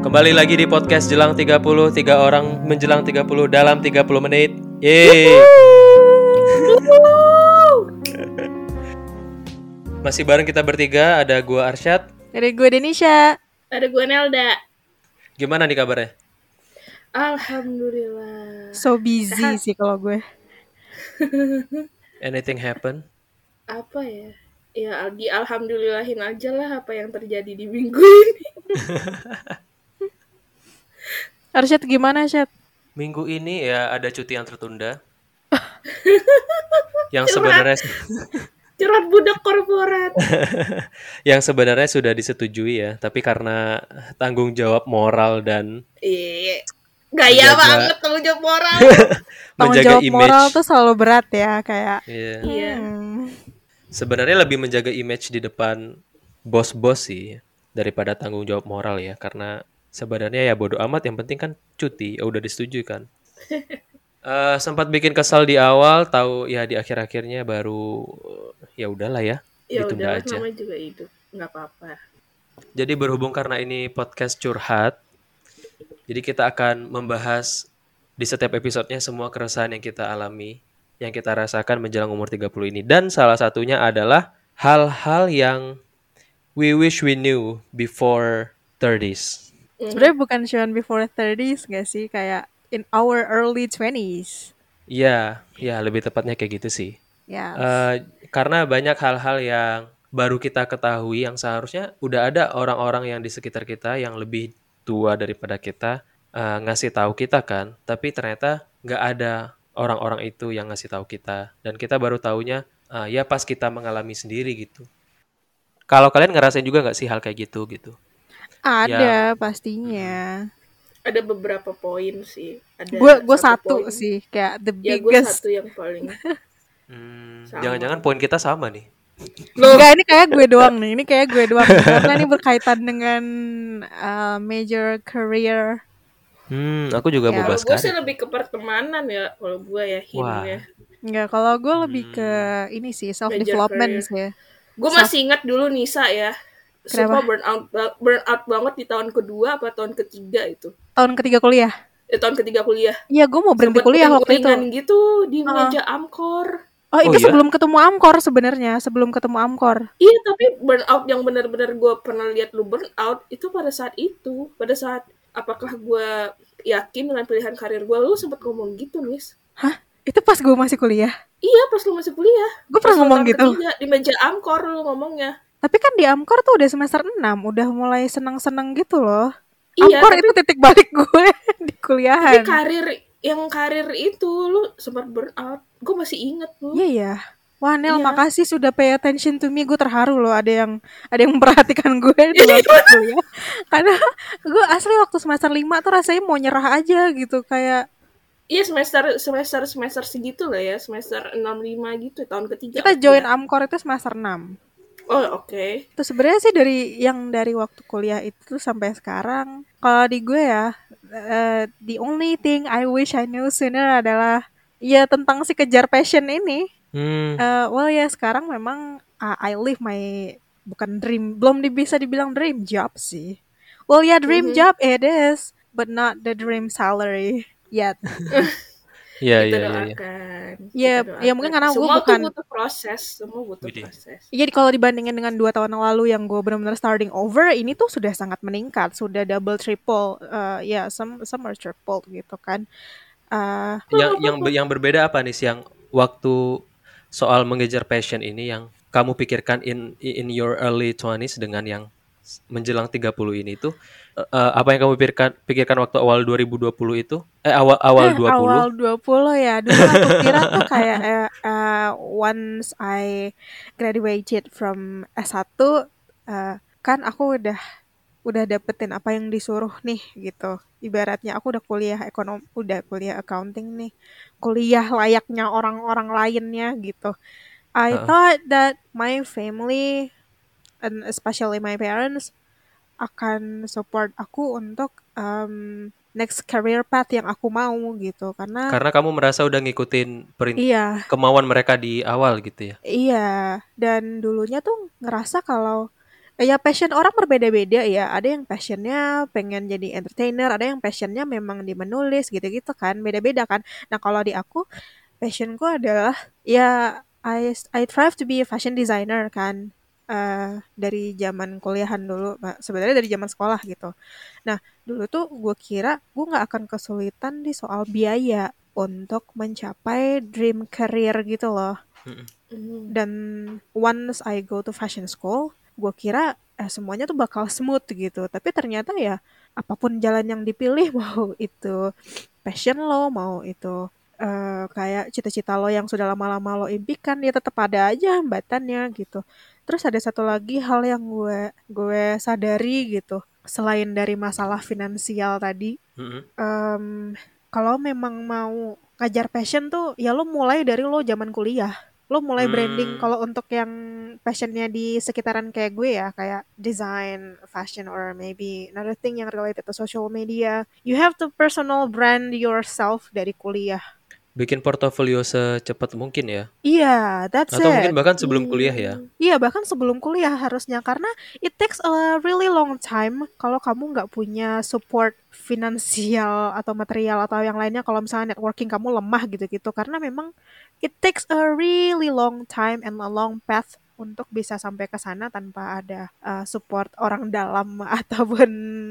Kembali lagi di podcast Jelang 30, 3 orang menjelang 30 dalam 30 menit. Yeay. Masih bareng kita bertiga, ada gua Arsyad. Ada gue Denisha. Ada gue Nelda. Gimana nih kabarnya? Alhamdulillah. So busy Sehat. sih kalau gue. Anything happen? Apa ya? Ya alhamdulillahin aja lah apa yang terjadi di minggu ini. Arsyad gimana, Arsyad? Minggu ini ya ada cuti yang tertunda. Yang sebenarnya Curhat budak korporat. yang sebenarnya sudah disetujui ya, tapi karena tanggung jawab moral dan Iya. Gaya banget tanggung jawab moral. Tanggung menjaga jawab image. moral tuh selalu berat ya, kayak. Iya. Sebenarnya lebih menjaga image di depan bos-bos sih daripada tanggung jawab moral ya, karena sebenarnya ya bodo amat, yang penting kan cuti, ya udah disetujui kan. Sempat bikin kesal di awal, tahu ya di akhir-akhirnya baru ya udahlah ya, Ya ditunda udahlah, aja. namanya juga hidup, nggak apa-apa. Jadi berhubung karena ini podcast curhat, jadi kita akan membahas di setiap episodenya semua keresahan yang kita alami, yang kita rasakan menjelang umur 30 ini. Dan salah satunya adalah hal-hal yang we wish we knew before 30s. Sebenarnya bukan cuma before 30s gak sih, kayak in our early 20s. Iya, ya lebih tepatnya kayak gitu sih. Yes. Karena banyak hal-hal yang baru kita ketahui yang seharusnya udah ada orang-orang yang di sekitar kita yang lebih tua daripada kita ngasih tahu kita kan, tapi ternyata nggak ada orang-orang itu yang ngasih tahu kita, dan kita baru taunya ya pas kita mengalami sendiri gitu. Kalau kalian ngerasain juga nggak sih hal kayak gitu gitu? Ada pastinya. Ada beberapa poin sih. Ada Gue satu poin sih, kayak the Ya gue biggest. satu yang paling. Jangan-jangan poin kita sama nih. Enggak, ini kayak gue doang nih. Ini kayak gue doang nih, karena ini berkaitan dengan major career. Aku juga Ya. mau bahas Gue sih karir. lebih ke pertemanan ya kalau gue ya himnya. Enggak, kalau gue lebih ke ini sih, self development sih. Gue masih ingat dulu Nisa ya. Sumpah burn out banget di tahun kedua apa tahun ketiga itu. Tahun ketiga kuliah. Tahun ketiga kuliah. Iya, gue mau berhenti kuliah waktu itu. Gitu di meja Amkor. Oh, itu sebelum ketemu Amkor sebenarnya, sebelum ketemu Amkor. Iya, tapi burnout yang benar-benar gue pernah lihat lu burnout itu pada saat itu. Pada saat apakah gue yakin dengan pilihan karir gue, lu sempat ngomong gitu, Nis. Hah? Itu pas gue masih kuliah? Iya, pas lu masih kuliah. Gue pernah ngomong gitu? Ketiga, di meja Amkor lu ngomongnya. Tapi kan di Amkor tuh udah semester 6, udah mulai seneng-seneng gitu loh. Iya, Amkor itu titik balik gue di kuliahan. Tapi karir itu lu sempat burnout. Gue masih inget lu. Iya ya. Wah, Nel, makasih sudah pay attention to me. Gue terharu loh ada yang memperhatikan gue di waktu kuliah. Karena gue asli waktu semester 5 tuh rasanya mau nyerah aja gitu, kayak. Iya, semester segitu lah ya, semester 6-5 gitu, tahun ketiga. Kita join Amkor itu semester 6. Oh, oke. Terus sebenarnya sih dari waktu kuliah itu sampai sekarang, kalau di gue ya, the only thing I wish I knew sooner adalah ya tentang si kejar passion ini. Well ya sekarang memang I live my bukan dream, belum bisa dibilang dream job sih. Well ya dream job it is, but not the dream salary yet. Iya. Ya mungkin karena gue bukan. Semua butuh proses. Jadi kalau dibandingin dengan 2 tahun yang lalu yang gue benar-benar starting over, ini tuh sudah sangat meningkat, sudah double, triple, some are triple gitu kan. Yang berbeda apa nih yang waktu soal mengejar passion ini yang kamu pikirkan in your early 20s dengan yang menjelang 30 ini tuh apa yang kamu pikirkan waktu awal 2020 itu? Awal 20. Awal 20 ya. Dulu aku kira tuh kayak once I graduated from S1 kan aku udah dapetin apa yang disuruh nih gitu. Ibaratnya aku udah kuliah kuliah accounting nih. Kuliah layaknya orang-orang lainnya gitu. I thought that my family and especially my parents akan support aku untuk next career path yang aku mau gitu, karena kamu merasa udah ngikutin kemauan mereka di awal gitu ya. Iya, dan dulunya tuh ngerasa kalau Ya passion orang berbeda-beda ya. Ada yang passionnya pengen jadi entertainer, ada yang passionnya memang di menulis gitu-gitu kan, beda-beda kan. Nah kalau di aku, passionku adalah ya I thrive to be a fashion designer kan. Dari zaman kuliahan dulu, sebenarnya dari zaman sekolah gitu. Nah dulu tuh gue kira gue nggak akan kesulitan di soal biaya untuk mencapai dream career gitu loh. Hmm. Dan once I go to fashion school, gue kira semuanya tuh bakal smooth gitu. Tapi ternyata ya apapun jalan yang dipilih, mau itu passion lo, mau itu kayak cita-cita lo yang sudah lama-lama lo impikan, ya tetap ada aja hambatannya gitu. Terus ada satu lagi hal yang gue sadari gitu, selain dari masalah finansial tadi, em, kalau memang mau ngajar passion tuh ya lo mulai dari lo zaman kuliah. Lo mulai branding kalau untuk yang passionnya di sekitaran kayak gue ya, kayak design, fashion, or maybe another thing yang related to social media. You have to personal brand yourself dari kuliah. Bikin portofolio secepat mungkin ya. Iya, that's Atau mungkin it. bahkan sebelum kuliah ya. Iya, bahkan sebelum kuliah harusnya, karena it takes a really long time kalau kamu nggak punya support finansial atau material atau yang lainnya, kalau misalnya networking kamu lemah gitu-gitu, karena memang it takes a really long time and a long path untuk bisa sampai ke sana tanpa ada support orang dalam ataupun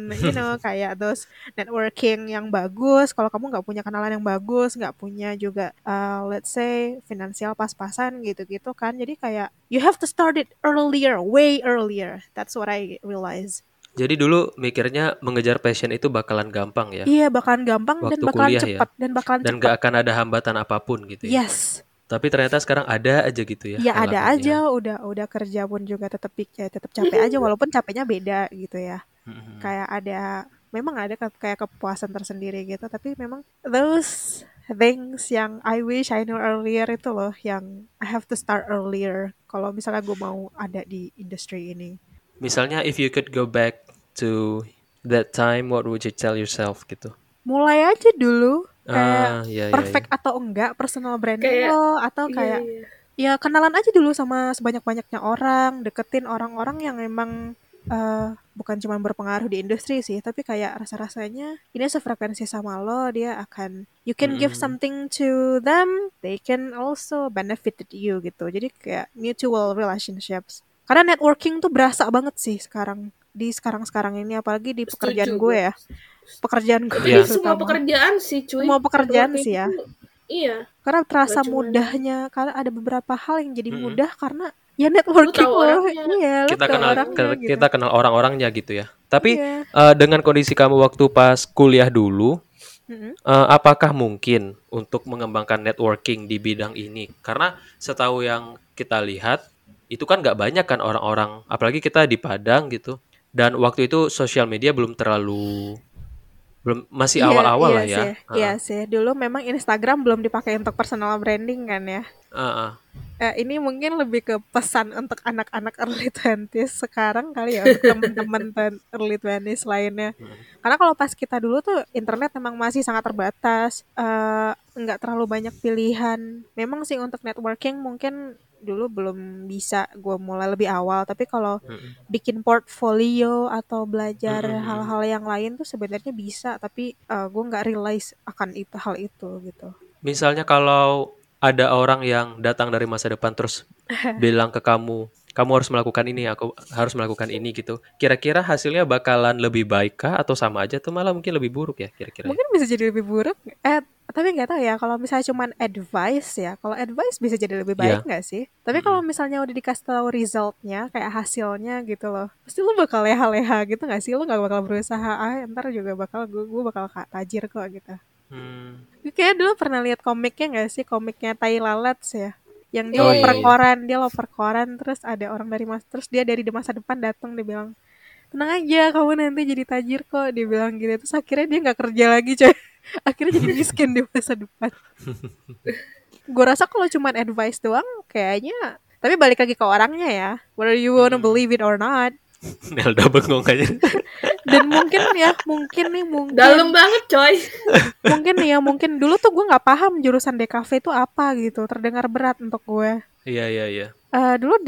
kayak those networking yang bagus. Kalau kamu nggak punya kenalan yang bagus, nggak punya juga let's say finansial pas-pasan gitu-gitu kan, jadi kayak you have to start it earlier, way earlier. That's what I realize. Jadi dulu mikirnya mengejar passion itu bakalan gampang ya. Iya, bakalan gampang dan Waktu bakalan kuliah ya. cepat dan bakalan Dan cepat. gak akan ada hambatan apapun gitu ya. Yes. Tapi ternyata sekarang ada aja gitu ya Ya ada halangannya. aja, udah kerja pun juga tetap capek aja, walaupun capeknya beda gitu ya. Kayak memang ada kayak kepuasan tersendiri gitu, tapi memang those things yang I wish I know earlier itu loh, yang I have to start earlier kalau misalnya gue mau ada di industri ini. Misalnya if you could go back to that time, what would you tell yourself gitu? Mulai aja dulu, kayak Ya. perfect atau enggak personal branding Kayak lo, atau kayak iya. ya kenalan aja dulu sama sebanyak-banyaknya orang, deketin orang-orang yang emang bukan cuma berpengaruh di industri sih, tapi kayak rasa-rasanya ini sefrekuensi sama lo, dia akan, you can give something to them, they can also benefit you gitu. Jadi kayak mutual relationships. Karena networking tuh berasa banget sih sekarang ini, apalagi di pekerjaan Setuju gue gue. ya. Pekerjaan gue Tapi semua terutama. pekerjaan sih cuy. Semua pekerjaan Networking sih ya. itu, iya. Karena terasa Gak cuman mudahnya, karena ada beberapa hal yang jadi mudah karena ya lu networking tahu lo. orangnya. Iya, lo Kita tahu kenal orangnya gitu. kita kenal orang-orangnya gitu ya. Tapi Iya. dengan kondisi kamu waktu pas kuliah dulu, apakah mungkin untuk mengembangkan networking di bidang ini? Karena setahu yang kita lihat itu kan nggak banyak kan orang-orang, apalagi kita di Padang gitu. Dan waktu itu sosial media masih Iya, awal-awal iya lah ya. sih. Iya sih. Dulu memang Instagram belum dipakai untuk personal branding kan ya. Ini mungkin lebih ke pesan untuk anak-anak early 20s sekarang kali ya, untuk teman-teman early 20s lainnya. Karena kalau pas kita dulu tuh internet memang masih sangat terbatas, nggak terlalu banyak pilihan. Memang sih untuk networking mungkin dulu belum bisa gue mulai lebih awal, tapi kalau bikin portfolio atau belajar hal-hal yang lain tuh sebenarnya bisa, tapi gue nggak realize akan hal itu gitu. Misalnya kalau ada orang yang datang dari masa depan terus bilang ke kamu harus melakukan ini, aku harus melakukan ini gitu. Kira-kira hasilnya bakalan lebih baik kah atau sama aja tuh malah mungkin lebih buruk ya kira-kira? Mungkin bisa jadi lebih buruk. Tapi nggak tahu ya. Kalau misalnya cuman advice ya, kalau advice bisa jadi lebih baik nggak sih? Tapi kalau misalnya udah dikasih tahu resultnya, kayak hasilnya gitu loh, pasti lu bakal leha-leha gitu nggak sih? Lu nggak bakal berusaha. Ntar juga gue bakal tajir kok gitu. Kayaknya dulu pernah lihat komiknya nggak sih? Komiknya Tai Lalets ya. Yang dia loper koran, terus ada orang terus dia dari masa depan datang, dia bilang, tenang aja, kamu nanti jadi tajir kok, dia bilang gitu. Terus akhirnya dia nggak kerja lagi coy. Akhirnya jadi miskin di masa depan. Gue rasa kalau cuman advice doang kayaknya, tapi balik lagi ke orangnya ya, whether you wanna believe it or not. Nelda bengong aja. Dan mungkin dalam banget coy. mungkin dulu tuh gue nggak paham jurusan DKV itu apa gitu, terdengar berat untuk gue. Iya. Dulu di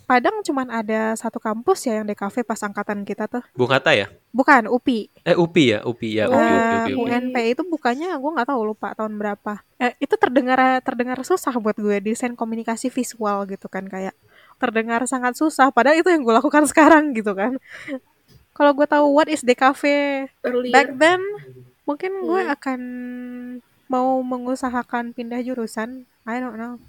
Padang cuman ada satu kampus ya yang DKV pas angkatan kita tuh. Bung Hatta ya? Bukan, UPI. UPI ya, UPI ya, UPI. UNP itu bukannya gue nggak tahu, lupa tahun berapa. Itu terdengar susah buat gue, desain komunikasi visual gitu kan, kayak terdengar sangat susah. Padahal itu yang gue lakukan sekarang gitu kan. Kalau gue tahu what is DKV back then, mungkin gue akan mau mengusahakan pindah jurusan. I don't know.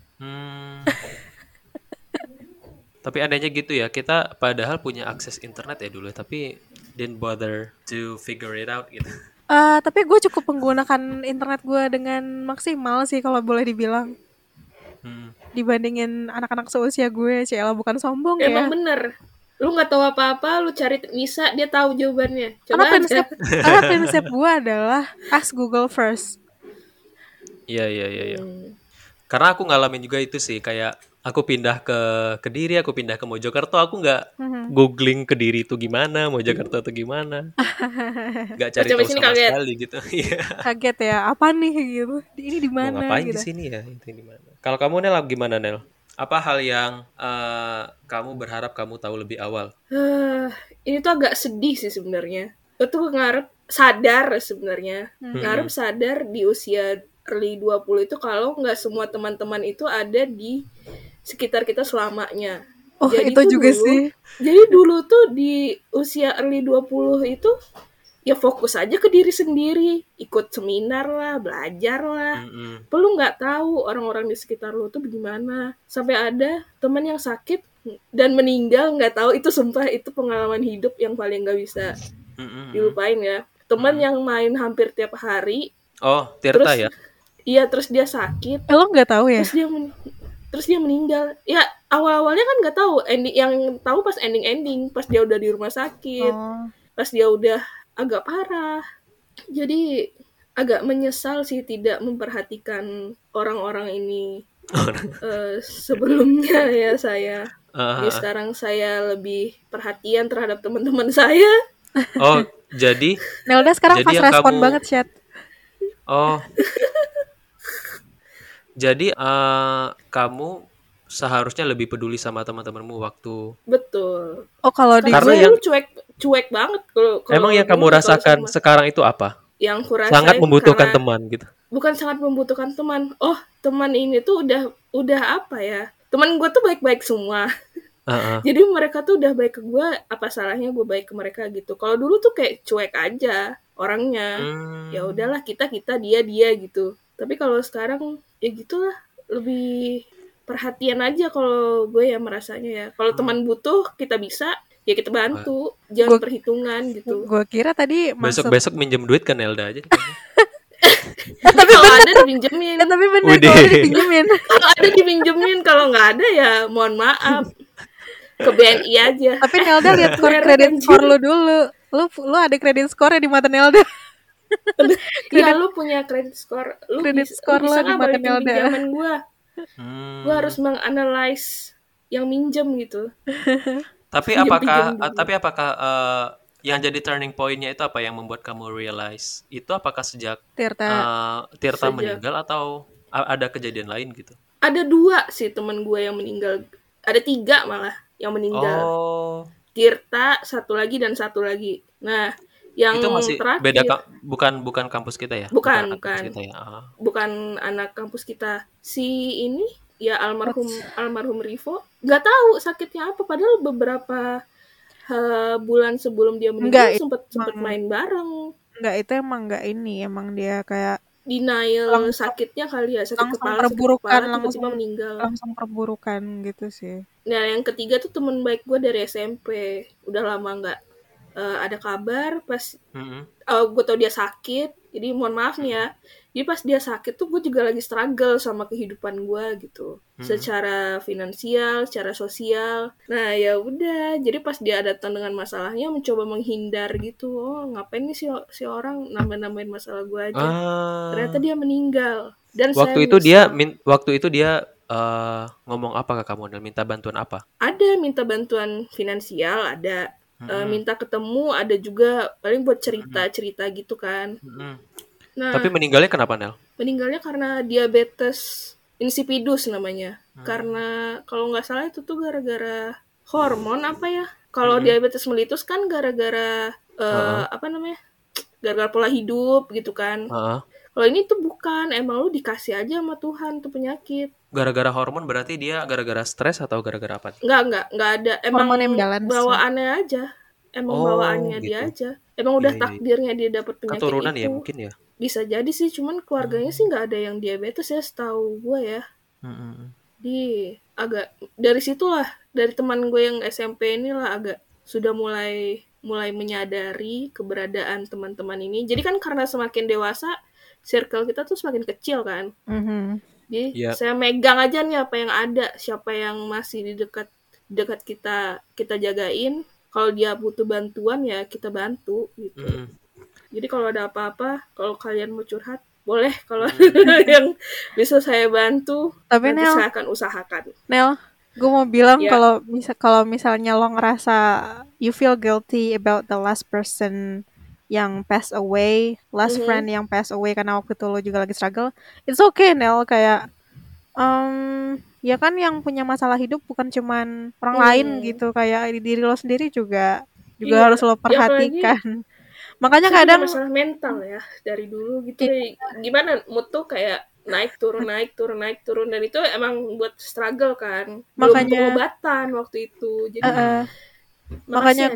Tapi adanya gitu ya, kita padahal punya akses internet ya dulu, tapi didn't bother to figure it out gitu. Tapi gue cukup menggunakan internet gue dengan maksimal sih kalau boleh dibilang. Dibandingin anak-anak seusia gue, Ciela bukan sombong ya. Emang bener. Lu nggak tahu apa-apa, lu cari Nisa, dia tahu jawabannya. Coba karena prinsip gue adalah ask Google first. Iya. Karena aku ngalamin juga itu sih, kayak aku pindah ke Kediri, aku pindah ke Mojokerto, aku nggak googling Kediri itu gimana, Mojokerto itu gimana, nggak cari tahu sama sekali gitu. Kaget ya, apa nih gitu? Ini di mana? Mau ngapain gitu. di sini ya? Itu di mana? Kalau kamu Nel gimana Nel? Apa hal yang kamu berharap kamu tahu lebih awal? Ini tuh agak sedih sih sebenarnya. Gue tuh ngarep sadar sebenarnya. Ngarep sadar di usia early 20 itu kalau nggak semua teman-teman itu ada di sekitar kita selamanya. Oh, jadi itu juga dulu, sih. Jadi dulu tuh di usia early 20 itu ya fokus aja ke diri sendiri, ikut seminar lah, belajar lah. Lu nggak tahu orang-orang di sekitar lu tuh bagaimana. Sampai ada teman yang sakit dan meninggal, nggak tahu, itu sumpah itu pengalaman hidup yang paling nggak bisa dilupain ya. Teman yang main hampir tiap hari. Oh, Tirta ya? Iya, terus dia sakit. Lo nggak tahu ya? Terus dia meninggal. Ya awal-awalnya kan nggak tahu. Yang tahu pas ending, pas dia udah di rumah sakit, pas dia udah agak parah. Jadi agak menyesal sih tidak memperhatikan orang-orang ini sebelumnya ya saya. Jadi sekarang saya lebih perhatian terhadap teman-teman saya. Oh, jadi Nelda sekarang fast respon banget, chat. Oh. Jadi kamu seharusnya lebih peduli sama teman-temanmu waktu. Betul. Oh, kalau di karena yang cuek banget kalau emang yang kamu rasakan sekarang itu apa? Yang kurasain sangat membutuhkan teman gitu. Bukan sangat membutuhkan teman. Oh, teman ini tuh udah apa ya? Teman gue tuh baik-baik semua. Jadi mereka tuh udah baik ke gue, apa salahnya gue baik ke mereka gitu. Kalau dulu tuh kayak cuek aja orangnya. Ya udahlah, kita dia gitu. Tapi kalau sekarang ya gitulah, lebih perhatian aja kalau gue ya merasanya ya. Kalau teman butuh kita bisa, ya kita bantu. Jangan perhitungan gitu. Gue kira tadi besok minjem duit ke Nelda aja. Tapi kalau ada dipinjemin. Tapi bener kalau ada dipinjemin. Kalau ada dipinjemin, kalau nggak ada ya mohon maaf. Ke BNI aja. Tapi Nelda lihat kredit skor lu dulu. Lu ada kredit skornya di mata Nelda. Iya, lu punya kredit skor. Lu skor bisa di mata Nelda. Pinjaman gue. Gue harus menganalisis yang minjem gitu. Tapi apakah yang jadi turning point-nya itu apa yang membuat kamu realize itu? Apakah sejak Tirta meninggal atau ada kejadian lain gitu? Ada 2 sih teman gue yang meninggal. Ada 3 malah yang meninggal. Tirta, satu lagi. Nah, yang itu masih terakhir, beda bukan kampus kita ya? Bukan. Kita ya? Bukan anak kampus kita. Si ini ya almarhum Rivo. Nggak tahu sakitnya apa. Padahal beberapa bulan sebelum dia meninggal sempat main bareng. Enggak, itu emang dia kayak denial sakitnya kali ya, sakit kepala tiba-tiba meninggal. Langsung perburukan gitu sih. Nah, yang ketiga tuh teman baik gue dari SMP. Udah lama nggak ada kabar. Pas gue tau dia sakit, jadi mohon maaf nih ya. Jadi pas dia sakit tuh gue juga lagi struggle sama kehidupan gue gitu, secara finansial, secara sosial. Nah ya udah, jadi pas dia datang dengan masalahnya mencoba menghindar gitu. Oh, ngapain nih si orang nambah-nambahin masalah gue aja. Ternyata dia meninggal. Dan waktu itu dia ngomong apa ke kamu dan minta bantuan apa? Ada minta bantuan finansial, ada minta ketemu, ada juga paling buat cerita gitu kan. Nah, tapi meninggalnya kenapa, Nel? Meninggalnya karena diabetes insipidus namanya. Karena kalau nggak salah itu tuh gara-gara hormon apa ya? Kalau diabetes mellitus kan gara-gara apa namanya? Gara-gara pola hidup gitu kan. Kalau ini tuh bukan, emang lu dikasih aja sama Tuhan tuh penyakit. Gara-gara hormon berarti dia gara-gara stres atau gara-gara apa? Enggak ada. Emang bawaannya aja. Emang bawaannya gitu. dia aja. Emang udah takdirnya dia dapat penyakit keturunan itu. Ya mungkin ya. Bisa jadi sih, cuman keluarganya sih nggak ada yang diabetes ya setahu gue ya. Di agak dari situlah, dari teman gue yang SMP inilah agak sudah mulai menyadari keberadaan teman-teman ini. Jadi kan karena semakin dewasa, circle kita tuh semakin kecil kan. Jadi saya megang aja nih apa yang ada, siapa yang masih di dekat kita jagain. Kalau dia butuh bantuan ya kita bantu gitu. Jadi kalau ada apa-apa, kalau kalian mau curhat, boleh kalau yang bisa saya bantu. Tapi nanti saya akan usahakan. Nel, gue mau bilang kalau misalnya lo ngerasa you feel guilty about the last person yang pass away, last friend yang pass away karena waktu itu lo juga lagi struggle, it's okay Nel, kayak ya kan yang punya masalah hidup bukan cuman orang lain gitu, kayak diri lo sendiri juga harus lo perhatikan. Makanya kadang masalah mental ya dari dulu gitu. Gimana mood tuh kayak naik turun dan itu emang buat struggle kan. Belum pengobatan waktu itu. Jadi makanya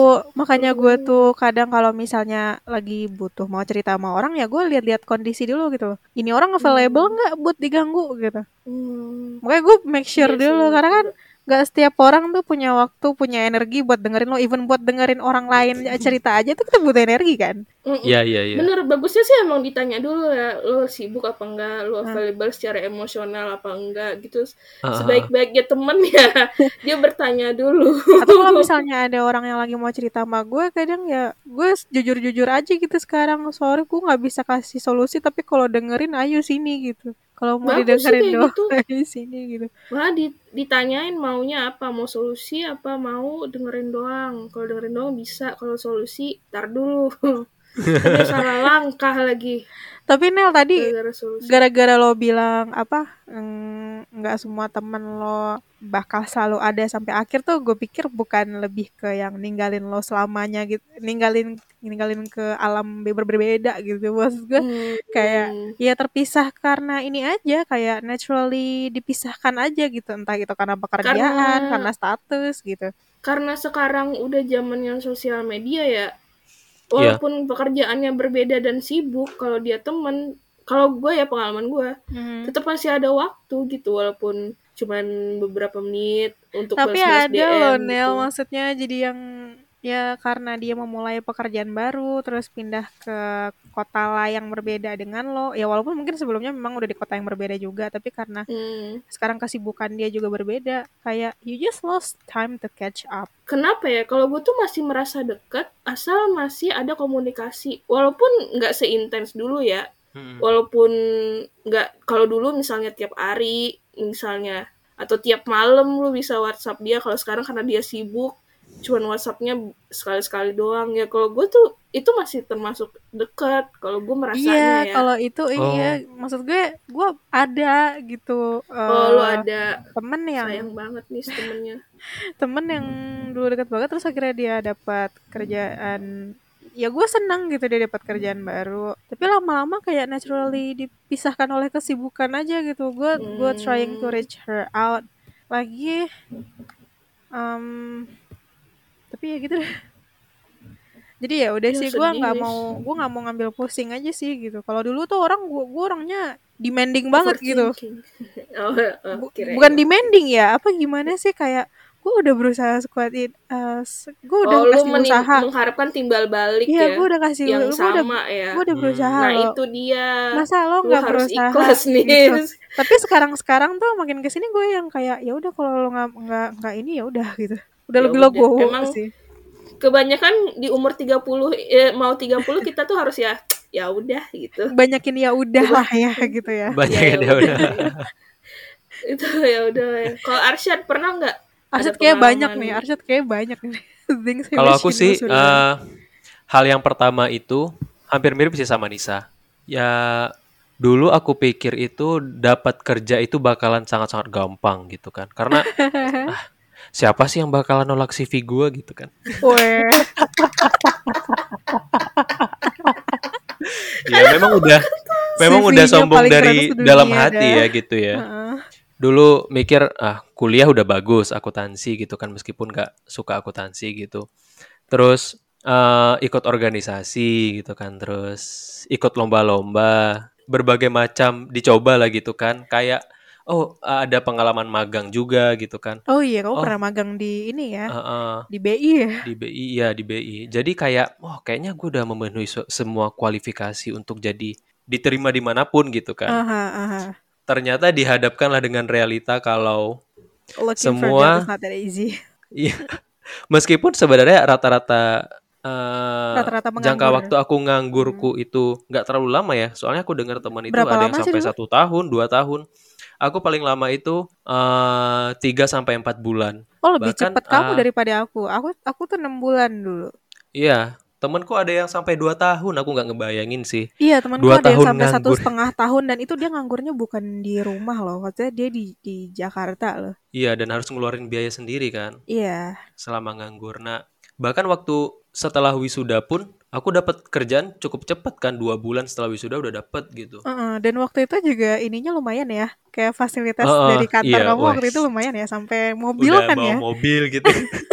gue tuh kadang kalau misalnya lagi butuh mau cerita sama orang ya gue lihat-lihat kondisi dulu gitu. Ini orang available nggak buat diganggu gitu. Makanya gue make sure dulu karena kan gak setiap orang tuh punya waktu, punya energi buat dengerin lo. Even buat dengerin orang lain cerita aja tuh kita butuh energi kan. Iya. Bener, bagusnya sih emang ditanya dulu ya, lo sibuk apa enggak, lo available secara emosional apa enggak gitu. Sebaik-baiknya temen ya, dia bertanya dulu. Atau kalau misalnya ada orang yang lagi mau cerita sama gue, kadang ya gue jujur-jujur aja gitu sekarang. Sorry gue gak bisa kasih solusi, tapi kalau dengerin ayo sini gitu. Kalau mau didengerin doang gitu. Ayo sini gitu. Malah ditanyain maunya apa, mau solusi apa mau dengerin doang. Kalau dengerin doang bisa, kalau solusi tar dulu. Tapi salah langkah lagi. Tapi Nel tadi gara-gara lo bilang apa nggak semua temen lo bakal selalu ada sampai akhir tuh, gue pikir bukan lebih ke yang ninggalin lo selamanya gitu, ninggalin ke alam berbeda gitu. Maksud gue kayak ya terpisah karena ini aja, kayak naturally dipisahkan aja gitu, entah itu karena pekerjaan, karena status gitu. Karena sekarang udah zamannya sosial media ya. Walaupun pekerjaannya berbeda dan sibuk, kalau dia temen, kalau gue ya pengalaman gue, tetap masih ada waktu gitu, walaupun cuman beberapa menit untuk balas-balas DM. Tapi ada loh Nel, gitu. Maksudnya jadi yang ya karena dia memulai pekerjaan baru, terus pindah ke kota yang berbeda dengan lo, ya walaupun mungkin sebelumnya memang udah di kota yang berbeda juga, tapi karena sekarang kesibukan dia juga berbeda, kayak you just lost time to catch up. Kenapa ya? Kalau gue tuh masih merasa dekat asal masih ada komunikasi, walaupun nggak seintens dulu ya, walaupun nggak, kalau dulu misalnya tiap hari misalnya atau tiap malam lu bisa WhatsApp dia, kalau sekarang karena dia sibuk cuman WhatsApp-nya sekali-sekali doang ya. Kalau gue tuh itu masih termasuk dekat kalau gue merasanya ya. Kalau itu iya, maksud gue ada gitu. Lu ada temen yang sayang banget nih temennya. Temen yang dulu dekat banget terus akhirnya dia dapat kerjaan. Ya gue senang gitu dia dapat kerjaan baru. Tapi lama-lama kayak naturally dipisahkan oleh kesibukan aja gitu. Gue trying to reach her out lagi. Tapi ya gitu deh. Jadi ya udah sih, gue nggak mau ngambil pusing aja sih gitu. Kalau dulu tuh gue orangnya demanding banget gitu. Bukan demanding ya, apa gimana sih, kayak gue udah berusaha sekuatin, gue udah kasih usaha, mengharapkan timbal balik ya. Gue udah kasih yang sama ya. Gue udah berusaha. Nah itu dia. Masa lo nggak berusaha? Ikhlas nih. Gitu. Tapi sekarang tuh makin kesini gue yang kayak ya udah kalau lo nggak ini ya udah gitu. Udah lebih logo sih. Kebanyakan di umur 30 mau 30 kita tuh harus ya udah gitu. Banyakin ya udah lah ya gitu ya. Banyakin ya udah. Itu ya udah. Kalau Arsyad pernah nggak? Arsyad kayak banyak nih. Kalau aku sih hal yang pertama itu hampir mirip sih sama Nisa. Ya dulu aku pikir itu dapat kerja itu bakalan sangat-sangat gampang gitu kan. Karena siapa sih yang bakalan nolak CV gue gitu kan. Weh. Ya memang udah CV-nya sombong paling keren dari sedunia dalam hati dah. ya gitu ya. Dulu mikir kuliah udah bagus akuntansi gitu kan, meskipun gak suka akuntansi gitu. Terus ikut organisasi gitu kan, terus ikut lomba-lomba, berbagai macam dicoba lah gitu kan. Kayak ada pengalaman magang juga gitu kan. Oh iya, kamu Oh, pernah magang di ini ya, uh, di BI ya? di BI ya, di BI. Jadi kayak, kayaknya gue udah memenuhi semua kualifikasi untuk jadi diterima dimanapun gitu kan. Aha. Ternyata dihadapkanlah dengan realita kalau Looking for job is semua, not that easy. iya, meskipun sebenarnya rata-rata Rata-rata jangka menganggur. waktu aku nganggurku itu nggak terlalu lama ya. Soalnya aku dengar teman itu Berapa ada yang lama sih sampai dulu? 1 tahun, 2 tahun. Aku paling lama itu 3-4 bulan. Oh, lebih Bahkan cepat kamu daripada aku. Aku tuh 6 bulan dulu. iya, temanku ada yang sampai 2 tahun. Aku nggak ngebayangin sih. Iya, temanku 2 ada yang tahun sampai nganggur. 1,5 tahun dan itu dia nganggurnya bukan di rumah loh. Maksudnya dia di Jakarta loh. Iya, dan harus ngeluarin biaya sendiri kan Iya. selama nganggur. Nah, bahkan waktu setelah wisuda pun aku dapat kerjaan cukup cepat kan, 2 bulan setelah wisuda udah dapat gitu. Dan waktu itu juga ininya lumayan ya. Kayak fasilitas dari kantor Iya, kamu wah, waktu itu lumayan ya. Sampai mobil udah kan bawa ya. mobil gitu.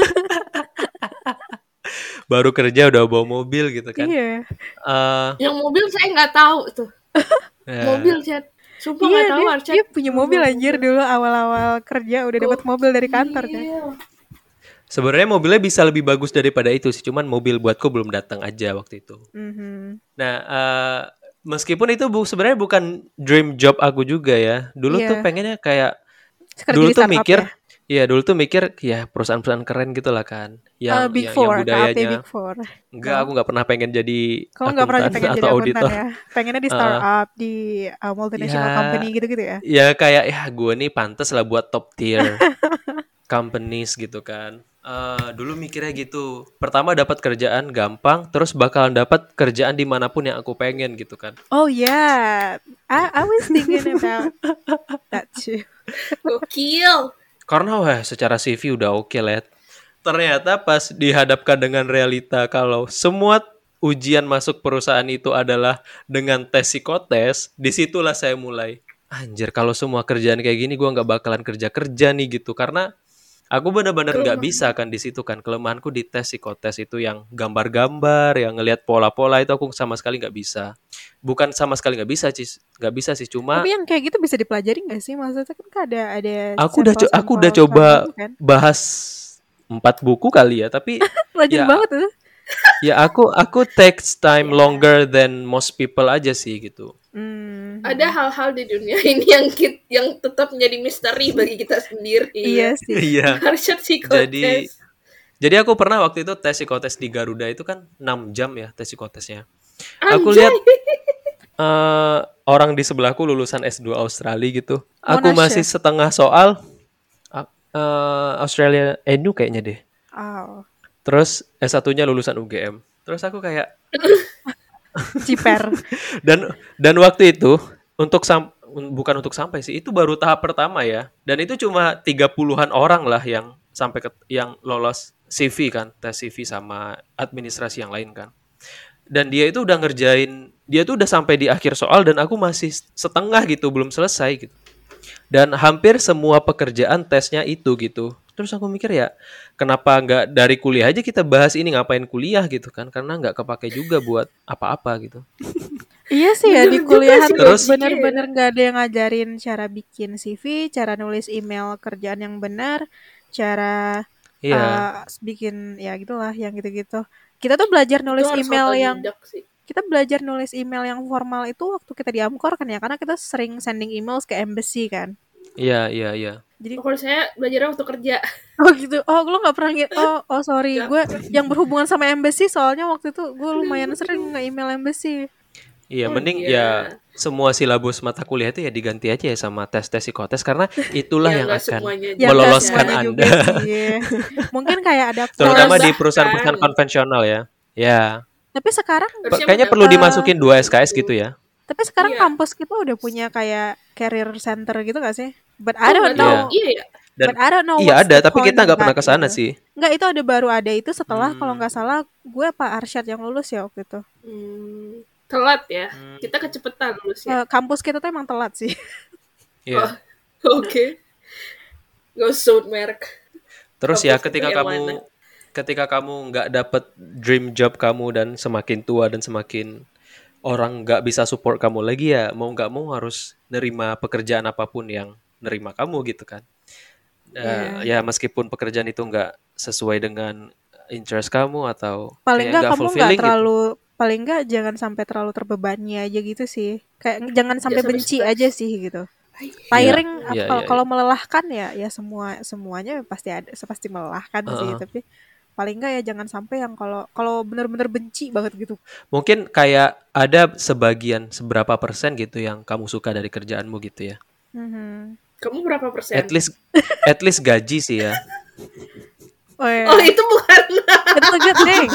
Baru kerja udah bawa mobil gitu kan. Iya. Yang mobil saya nggak tahu tuh. Mobil chat. Sumpah nggak tahu Arcet. Dia punya mobil anjir dulu awal-awal kerja udah dapat mobil dari kantor kan. Sebenarnya mobilnya bisa lebih bagus daripada itu sih, cuman mobil buatku belum datang aja waktu itu. Nah, meskipun itu sebenarnya bukan dream job aku juga ya. Dulu tuh pengennya kayak dulu tuh mikir, dulu tuh mikir ya perusahaan-perusahaan keren gitu lah kan, yang Big yang Four, budayanya. Big Four. Enggak, aku nggak pernah pengen jadi Kamu nggak pernah pengen atau jadi auditor akuntan ya? Pengennya di startup, di multinational company gitu-gitu ya? Ya kayak gue nih pantas lah buat top tier companies gitu kan. Dulu mikirnya gitu. Pertama dapat kerjaan gampang, terus bakalan dapat kerjaan dimanapun yang aku pengen gitu kan. Oh yeah, I was thinking about that too. Gokil. Karena secara CV udah oke lah. Ternyata pas dihadapkan dengan realita kalau semua ujian masuk perusahaan itu adalah dengan tes psikotes, disitulah saya mulai, anjir kalau semua kerjaan kayak gini gue nggak bakalan kerja nih gitu, karena aku benar-benar nggak bisa kan di situ kan. Kelemahanku di tes psikotes itu yang gambar-gambar, yang ngelihat pola-pola itu aku sama sekali nggak bisa. Bukan sama sekali nggak bisa sih, cuma. Tapi yang kayak gitu bisa dipelajari nggak sih? Maksudnya kan ada. Aku udah coba kan? Bahas 4 buku kali ya, tapi rajin banget tuh. Ya aku takes time longer than most people aja sih gitu. Ada hal-hal di dunia ini yang tetap menjadi misteri bagi kita sendiri. Iya sih. Iya. Harusnya psikotes. Jadi aku pernah waktu itu tes psikotes di Garuda itu kan 6 jam ya tes psikotesnya. Aku lihat orang di sebelahku lulusan S2 Australia gitu. Aku masih setengah soal Australia NU kayaknya deh. Terus S1-nya lulusan UGM. Terus aku kayak ciper. Dan waktu itu bukan untuk sampai sih, itu baru tahap pertama ya. Dan itu cuma 30-an orang lah yang sampai yang lolos CV kan, tes CV sama administrasi yang lain kan. Dan dia itu udah ngerjain, dia tuh udah sampai di akhir soal dan aku masih setengah gitu, belum selesai gitu. Dan hampir semua pekerjaan tesnya itu gitu. Terus aku mikir ya, kenapa nggak dari kuliah aja kita bahas ini, ngapain kuliah gitu kan? Karena nggak kepake juga buat apa-apa gitu. Iya sih ya, di kuliah terus bener-bener nggak ada yang ngajarin cara bikin CV, cara nulis email kerjaan yang benar, cara bikin ya gitulah, yang gitu-gitu. Kita tuh belajar nulis email kita belajar nulis email yang formal itu waktu kita di Amkor kan ya, karena kita sering sending emails ke embassy kan. Iya. Jadi kalau saya belajarnya waktu kerja. Oh gitu. Oh, lo nggak pernah sorry. Gue yang berhubungan sama embassy, soalnya waktu itu gue lumayan sering nge-email embassy. Iya, mending ya semua silabus mata kuliah itu ya diganti aja ya sama tes-tes psikotes, karena itulah yang akan meloloskan Anda. Mungkin kayak ada terutama di perusahaan-perusahaan konvensional ya. Ya. Tapi sekarang kayaknya perlu dimasukin 2 SKS gitu ya. Tapi sekarang kampus kita udah punya kayak career center gitu gak sih? But I don't know. Iya ya. Dan But I don't know iya what's ada, the tapi point kita of nggak pernah that ke sana gitu. sih. Enggak, itu baru ada itu setelah kalau Hmm. nggak salah gue Pak Arsyad yang lulus ya waktu itu. Telat ya. Kita kecepetan lulus ya. Kampus kita tuh emang telat sih. Iya. Oke. Gak usah sebut merek. Terus Kampus ya kita yang mana? ketika kamu nggak dapet dream job kamu dan semakin tua dan semakin orang nggak bisa support kamu lagi, ya mau nggak mau harus nerima pekerjaan apapun yang nerima kamu gitu kan. Ya meskipun pekerjaan itu nggak sesuai dengan interest kamu atau Paling kayak nggak nggak kamu nggak fulfilling gitu. terlalu, paling nggak jangan sampai terlalu terbebani aja gitu sih. Kayak jangan sampai sampai benci stres. aja sih gitu. Iya, Tiring iya, iya, kalau iya. melelahkan ya semuanya pasti melelahkan sih, Heeh. tapi paling nggak ya jangan sampai yang kalau bener-bener benci banget gitu. Mungkin kayak ada seberapa persen gitu yang kamu suka dari kerjaanmu gitu ya. Mhm. Kamu berapa persen? At least gaji sih ya. Oh, itu bukan. It's a good thing.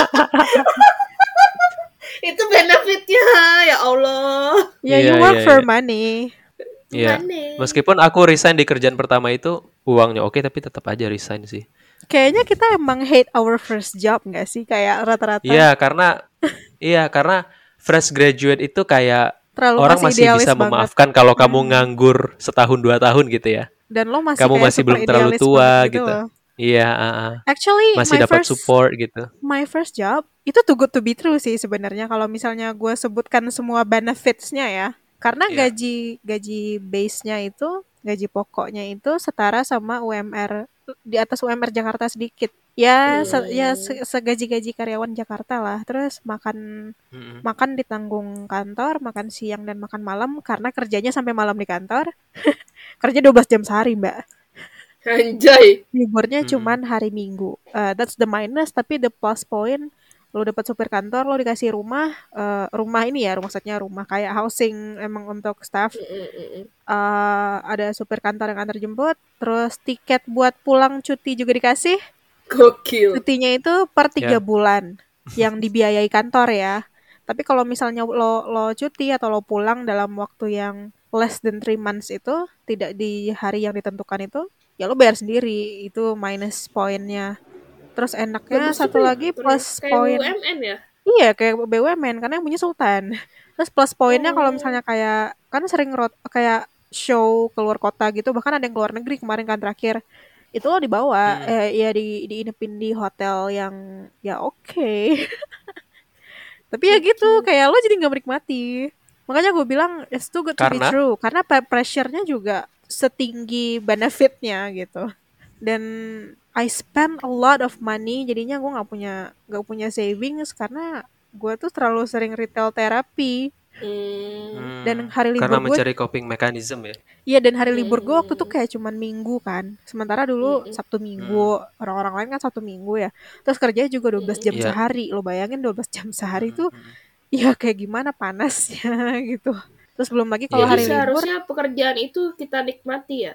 Itu benefitnya, ya Allah. Ya, you work for money. Iya. Meskipun aku resign di kerjaan pertama itu uangnya oke, tapi tetap aja resign sih. Kayaknya kita emang hate our first job nggak sih? Kayak rata-rata. Iya, karena fresh graduate itu kayak Terlalu orang masih idealis bisa banget. memaafkan kalau kamu nganggur setahun 2 tahun gitu ya. Dan lo masih Kamu kayak masih super belum terlalu idealis tua banget gitu gitu. loh. Iya, Actually, masih dapat support gitu. my first job itu too good to be true sih sebenarnya kalau misalnya gue sebutkan semua benefits-nya ya. Karena Iya. gaji base-nya itu, gaji pokoknya itu setara sama UMR, di atas UMR Jakarta sedikit. Ya, segaji-gaji karyawan Jakarta lah. Terus makan ditanggung kantor, makan siang dan makan malam karena kerjanya sampai malam di kantor. Kerja 12 jam sehari, Mbak. Anjay. Liburnya cuman hari Minggu. That's the minus, tapi the plus point, lo dapat supir kantor, lo dikasih rumah ini ya, maksudnya rumah kayak housing emang untuk staff. Ada supir kantor yang antar jemput, terus tiket buat pulang cuti juga dikasih. Gokil. Cutinya itu per 3 bulan yang dibiayai kantor ya. Tapi kalau misalnya lo cuti atau lo pulang dalam waktu yang less than 3 months itu, tidak di hari yang ditentukan itu, ya lo bayar sendiri. Itu minus poinnya. Terus enaknya satu lagi plus poin. Kayak BUMN ya? Iya, kayak BUMN karena yang punya Sultan. Terus plus poinnya kalau misalnya kayak kan sering kayak show keluar kota gitu, bahkan ada yang keluar negeri kemarin kan terakhir. Itu lo dibawa ya diinepin di hotel yang ya oke. Tapi ya gitu, kayak lo jadi nggak menikmati. Makanya gue bilang it's too good to be true. Karena pressure-nya juga setinggi benefitnya gitu. Dan I spend a lot of money, jadinya gue nggak punya savings karena gue tuh terlalu sering retail terapi. Dan hari libur karena mencari coping mechanism ya. Iya, dan hari libur gue waktu tuh kayak cuman Minggu kan. Sementara dulu Sabtu Minggu, orang-orang lain kan Sabtu Minggu ya. Terus kerjanya juga 12 jam sehari. Lo bayangin 12 jam sehari tuh ya kayak gimana panasnya gitu. Terus belum lagi kalau hari libur. Seharusnya pekerjaan itu kita nikmati ya?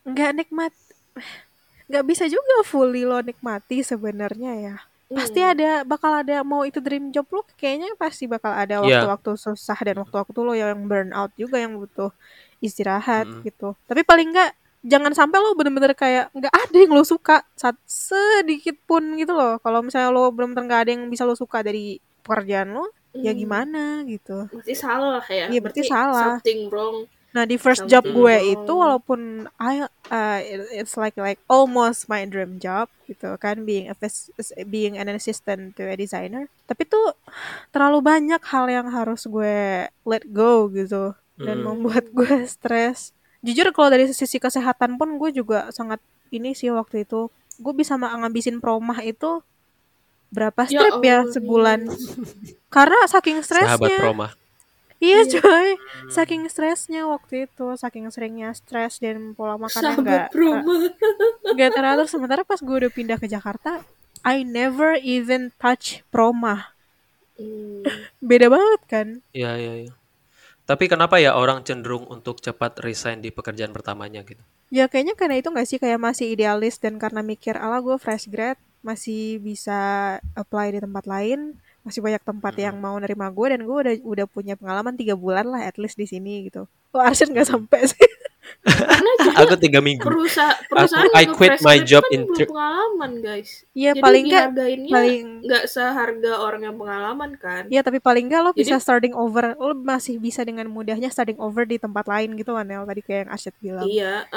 Nggak bisa juga fully lo nikmati sebenarnya ya. Pasti bakal ada, mau itu dream job lo kayaknya pasti bakal ada waktu-waktu susah dan waktu-waktu lo yang burn out juga yang butuh istirahat gitu. Tapi paling nggak jangan sampai lo bener-bener kayak nggak ada yang lo suka sedikit pun gitu loh. Kalau misalnya lo bener-bener nggak ada yang bisa lo suka dari pekerjaan lo, ya gimana gitu. Berarti salah ya? Iya, berarti salah. Something wrong. Nah, di first job gue itu walaupun it's like almost my dream job gitu kan, being an assistant to a designer, tapi tuh terlalu banyak hal yang harus gue let go gitu dan membuat gue stres. Jujur kalau dari sisi kesehatan pun gue juga sangat ini sih waktu itu. Gue bisa ngabisin promah itu berapa strip ya sebulan karena saking stresnya. Sahabat promah. Iya coy, saking stresnya waktu itu, saking seringnya stres dan pola makannya nggak teratur. Sementara pas gue udah pindah ke Jakarta, I never even touch promah. Beda banget kan? Iya. Tapi kenapa ya orang cenderung untuk cepat resign di pekerjaan pertamanya gitu? Ya kayaknya karena itu nggak sih, kayak masih idealis dan karena mikir ala gue fresh grad masih bisa apply di tempat lain. Masih banyak tempat yang mau nerima gue dan gue udah punya pengalaman 3 bulan lah at least di sini gitu. Oh, Arsyad nggak sampai sih. Karena juga Aku 3 minggu. perusahaan I quit my job in belum pengalaman, guys. Iya, Jadi paling dihargainnya nggak seharga orang yang pengalaman kan. Iya, tapi paling nggak lo bisa starting over. Lo masih bisa dengan mudahnya starting over di tempat lain gitu kan, Nel. Tadi kayak yang Asyid bilang. Iya,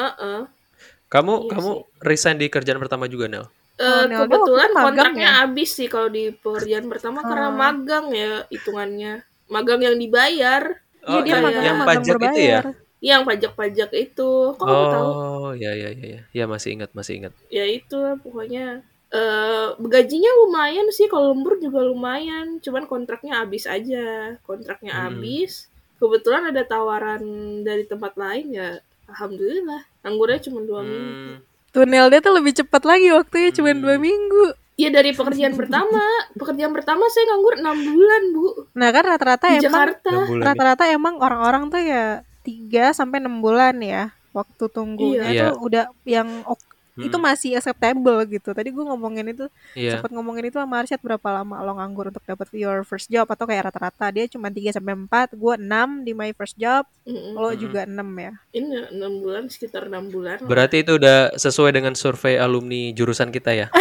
Kamu resign di kerjaan pertama juga, Nel? Kebetulan kontraknya habis sih kalau di pekerjaan pertama karena magang ya hitungannya. Magang yang dibayar. Oh, dia yang pajak itu ya? Yang pajak-pajak itu. Kok kamu tahu? Oh, ya. Ya masih ingat. Ya itu pokoknya gajinya lumayan sih, kalau lembur juga lumayan. Cuman kontraknya habis aja. Habis. Kebetulan ada tawaran dari tempat lain ya. Alhamdulillah. Nganggurnya cuma 2 minggu. Tunnel dia tuh lebih cepat lagi waktunya cuma 2 minggu. Iya, dari pekerjaan pertama. Pekerjaan pertama saya nganggur 6 bulan, Bu. Nah kan rata-rata di emang Jakarta. Rata-rata emang orang-orang tuh ya 3 sampai 6 bulan ya waktu tunggunya tuh udah yang itu masih acceptable gitu. Tadi gue ngomongin itu sempat ngomongin itu sama Arsyad, berapa lama lo nganggur untuk dapat your first job, atau kayak rata-rata dia cuma 3 sampai 4, gue 6 di my first job. Lo juga 6 ya. Ini 6 bulan, sekitar 6 bulan. Berarti itu udah sesuai dengan survei alumni jurusan kita ya?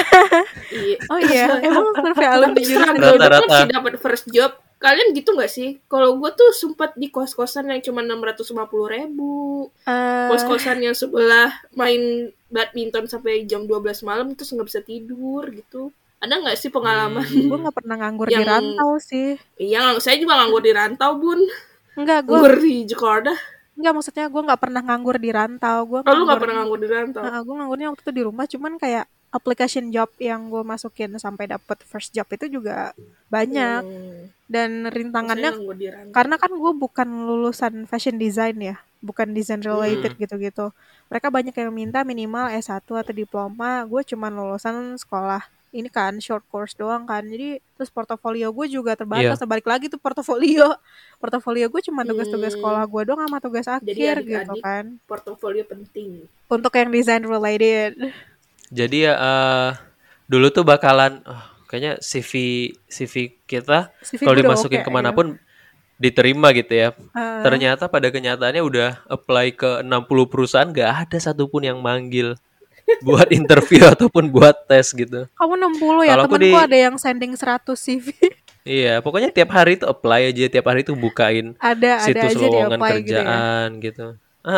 Oh iya, emang survei alumni jurusan rata-rata sih dapat first job. Kalian gitu nggak sih? Kalau gue tuh sempat di kos-kosan yang cuma 650.000. Kos-kosan yang sebelah main badminton sampai jam 12 malam terus nggak bisa tidur gitu. Ada nggak sih pengalaman? Gue nggak pernah nganggur di rantau sih. Iya, saya juga nganggur di rantau, Bun. Enggak, gue nganggur di Jakarta. Enggak, maksudnya gue nggak pernah nganggur di rantau. Lu nggak pernah nganggur di rantau? Gue nganggurnya waktu itu di rumah, cuman kayak application job yang gue masukin sampai dapet first job itu juga banyak. Dan rintangannya karena kan gue bukan lulusan fashion design ya, bukan design related gitu-gitu. Mereka banyak yang minta minimal S1 atau diploma. Gue cuman lulusan sekolah ini kan short course doang kan. Jadi terus portofolio gue juga terbatas. Balik lagi tuh portofolio gue cuma tugas-tugas sekolah gue doang sama tugas akhir. Jadi gitu kan. Portofolio penting untuk yang design related. Jadi ya dulu tuh bakalan kayaknya CV kita kalau dimasukin kemanapun diterima gitu ya. Ternyata pada kenyataannya udah apply ke 60 perusahaan, gak ada satupun yang manggil buat interview ataupun buat tes gitu. Kamu 60 ya? Temenku ada yang sending 100 CV. Iya, pokoknya tiap hari tuh apply aja, tiap hari tuh bukain situs lowongan kerjaan gitu.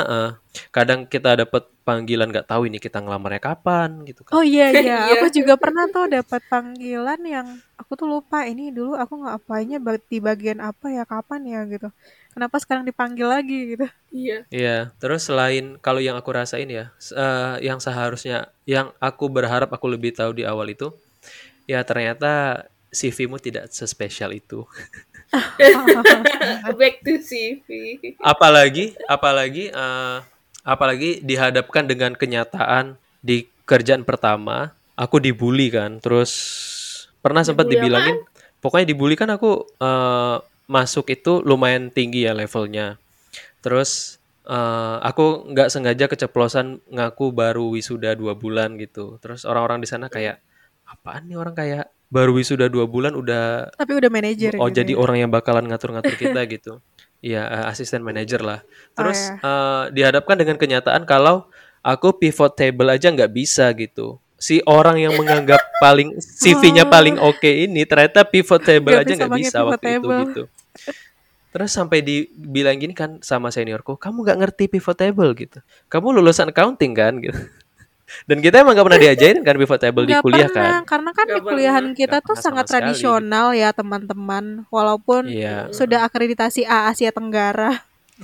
Kadang kita dapat panggilan nggak tahu ini kita ngelamarnya kapan gitu kan. Oh iya aku juga pernah tuh dapat panggilan yang aku tuh lupa, ini dulu aku nggak apply-nya di bagian apa ya, kapan ya gitu, kenapa sekarang dipanggil lagi gitu. Iya, terus selain kalau yang aku rasain ya, yang seharusnya yang aku berharap aku lebih tahu di awal itu ya, ternyata CV-mu tidak sespesial itu. Back to CV. Apalagi dihadapkan dengan kenyataan di kerjaan pertama, aku dibully kan. Terus pernah sempat dibilangin, pokoknya dibully kan aku masuk itu lumayan tinggi ya levelnya. Terus aku nggak sengaja keceplosan ngaku baru wisuda 2 bulan gitu. Terus orang-orang di sana kayak, apaan nih orang kayak baru wisuda 2 bulan udah tapi udah manajer gitu jadi ya? Orang yang bakalan ngatur-ngatur kita gitu. Iya, asisten manajer lah. Terus dihadapkan dengan kenyataan kalau aku pivot table aja nggak bisa gitu. Si orang yang menganggap paling CV-nya paling oke ini ternyata pivot table aja nggak bisa waktu itu gitu. Terus sampai dibilang gini kan sama seniorku, kamu nggak ngerti pivot table gitu. Kamu lulusan accounting kan gitu. Dan kita emang gak pernah diajarin kan pivot table di kuliah kan? Karena kan di kuliahan kita tuh sangat tradisional gitu ya teman-teman. Walaupun sudah akreditasi A Asia Tenggara.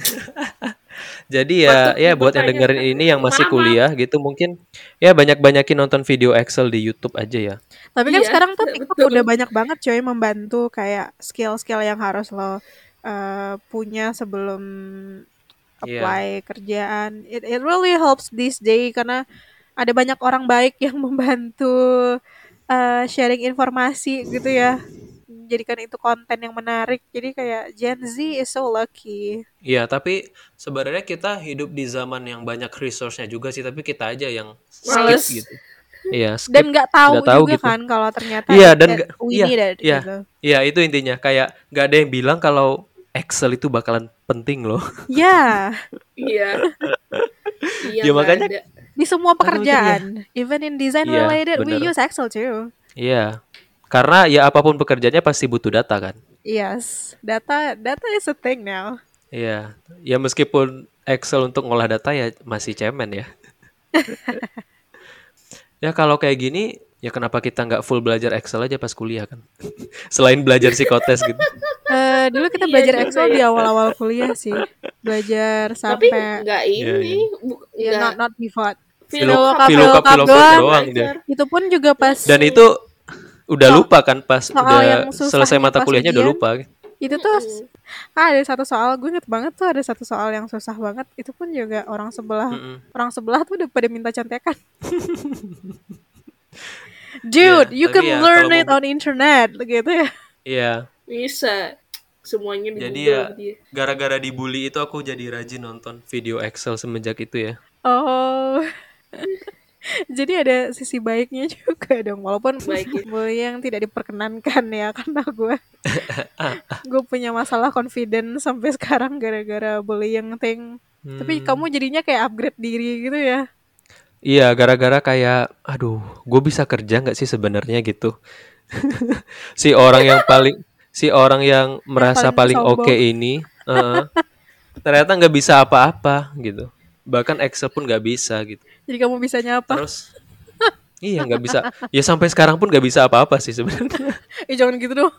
Jadi ya buat yang dengerin ini yang masih kuliah gitu, mungkin ya banyak-banyakin nonton video Excel di YouTube aja ya. Tapi kan sekarang tuh TikTok udah banyak banget coy membantu kayak skill-skill yang harus lo punya sebelum apply kerjaan. It really helps this day karena ada banyak orang baik yang membantu sharing informasi gitu ya. Jadikan itu konten yang menarik. Jadi kayak Gen Z is so lucky. Iya, tapi sebenarnya kita hidup di zaman yang banyak resource-nya juga sih, tapi kita aja yang skip gitu. Iya, skip. Dan nggak tahu juga gitu kan kalau ternyata iya, dan we need it gitu. Iya, itu intinya. Kayak nggak ada yang bilang kalau Excel itu bakalan penting loh. Ya. Iya. Iya, Ya makanya ada. Di semua aku mikir ya, pekerjaan, even in design iya related, we bener. use Excel too. Iya. Karena ya apapun pekerjaannya pasti butuh data kan. Yes, data is a thing now. Iya. Ya meskipun Excel untuk ngolah data ya masih cemen ya. Ya kalau kayak gini, ya kenapa kita nggak full belajar Excel aja pas kuliah kan? Selain belajar psikotes gitu. Dulu kita Iya belajar juga Excel di ya. awal-awal kuliah sih. Belajar Tapi sampai nggak Iya, ini, iya. ya nggak not pivot. VLOOKUP VLOOKUP VLOOKUP doang. doang dia. Itu pun juga pas Dan itu udah lupa kan pas soal yang udah selesai susahnya mata pas kuliahnya udah ujian. lupa. Itu tuh ada satu soal, gue inget banget tuh ada satu soal yang susah banget. Itu pun juga orang sebelah tuh udah pada minta contekan. Dude, you can ya, learn it on internet gitu ya. Iya. bisa semuanya di Jadi Google ya dia. gara-gara dibully itu aku jadi rajin nonton video Excel semenjak itu ya. Oh. Jadi ada sisi baiknya juga dong, walaupun Baiknya. bully yang tidak diperkenankan ya, karena gue punya masalah confidence sampai sekarang gara-gara bullying thing. Tapi kamu jadinya kayak upgrade diri gitu ya. Iya, gara-gara kayak, aduh, gue bisa kerja nggak sih sebenarnya gitu. si orang yang merasa paling oke ini, ternyata nggak bisa apa-apa gitu. Bahkan Excel pun nggak bisa gitu. Jadi kamu bisanya apa? Terus, iya nggak bisa. Ya sampai sekarang pun nggak bisa apa-apa sih sebenarnya. Jangan gitu dong.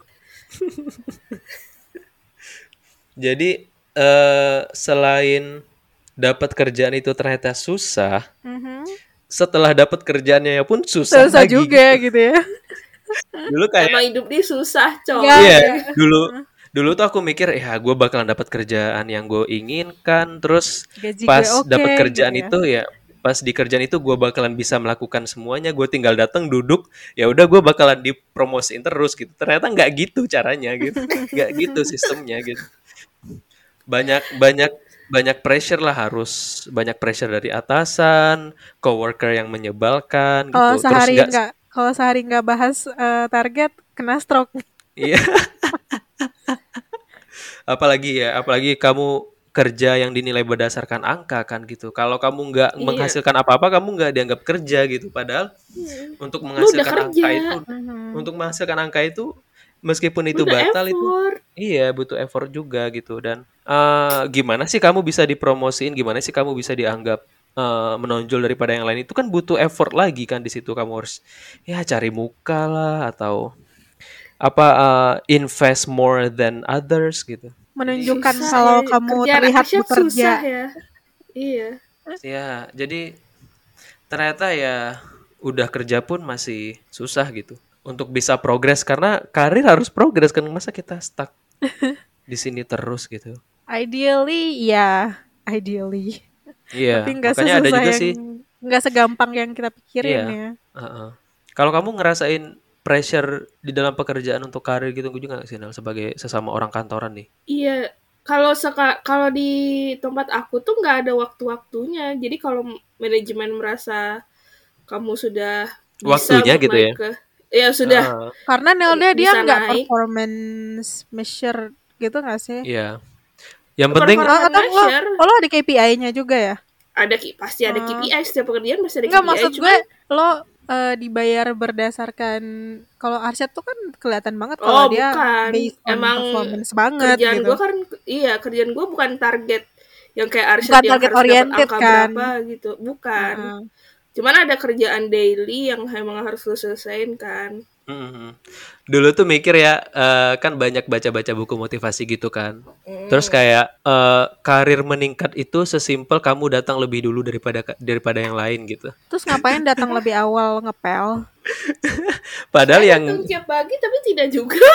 Jadi selain dapat kerjaan itu ternyata susah, setelah dapat kerjaannya pun susah lagi juga gitu ya. Dulu kayak emang hidup dia susah, coy. Iya, dulu tuh aku mikir ya gue bakalan dapat kerjaan yang gue inginkan, terus Gaji pas gue dapat oke, kerjaan gitu ya. itu ya pas di kerjaan itu gue bakalan bisa melakukan semuanya, gue tinggal datang duduk, ya udah gue bakalan dipromosiin terus gitu. Ternyata nggak gitu caranya gitu, nggak gitu sistemnya gitu. Banyak pressure lah, harus banyak pressure dari atasan, coworker yang menyebalkan gitu. Kalau sehari nggak bahas target, kena stroke. Iya. apalagi kamu kerja yang dinilai berdasarkan angka kan gitu. Kalau kamu nggak menghasilkan apa-apa, kamu nggak dianggap kerja gitu. Padahal untuk menghasilkan angka itu, meskipun itu batal effort. Itu butuh effort juga gitu. Dan gimana sih kamu bisa dipromosiin, gimana sih kamu bisa dianggap menonjol daripada yang lain, itu kan butuh effort lagi kan. Di situ kamu harus ya cari muka lah, atau invest more than others gitu. Menunjukkan kalau kamu terlihat bekerja. Susah ya. Iya. Ya, jadi ternyata ya udah kerja pun masih susah gitu untuk bisa progres, karena karir harus progres kan, masa kita stuck di sini terus gitu. Ideally. Iya, tapi nggak makanya ada juga sih, nggak segampang yang kita pikirin ya. Kalau kamu ngerasain pressure di dalam pekerjaan untuk karir gitu juga nggak sih, Nel, sebagai sesama orang kantoran nih? Iya, kalau di tempat aku tuh nggak ada waktu-waktunya. Jadi kalau manajemen merasa kamu sudah bisa waktunya gitu ya? Ya sudah. Karena Nelda dia nggak performance measure gitu nggak sih? Iya. Yang penting lo ada KPI-nya juga ya? Pasti ada KPI, setiap pekerjaan pasti ada KPI. Nggak, maksud gue lo dibayar berdasarkan, kalau Arsyad tuh kan kelihatan banget kalau dia based on performance banget kerjaan gitu. Gue kan kerjaan gue bukan target yang kayak Arsyad yang target harus oriented dapat angka kan berapa gitu, bukan. Cuman ada kerjaan daily yang emang harus lo selesain kan. Dulu tuh mikir ya, kan banyak baca-baca buku motivasi gitu kan. Terus kayak karir meningkat itu sesimpel kamu datang lebih dulu daripada yang lain gitu. Terus ngapain datang lebih awal ngepel? Padahal saya yang datang tiap pagi tapi tidak juga.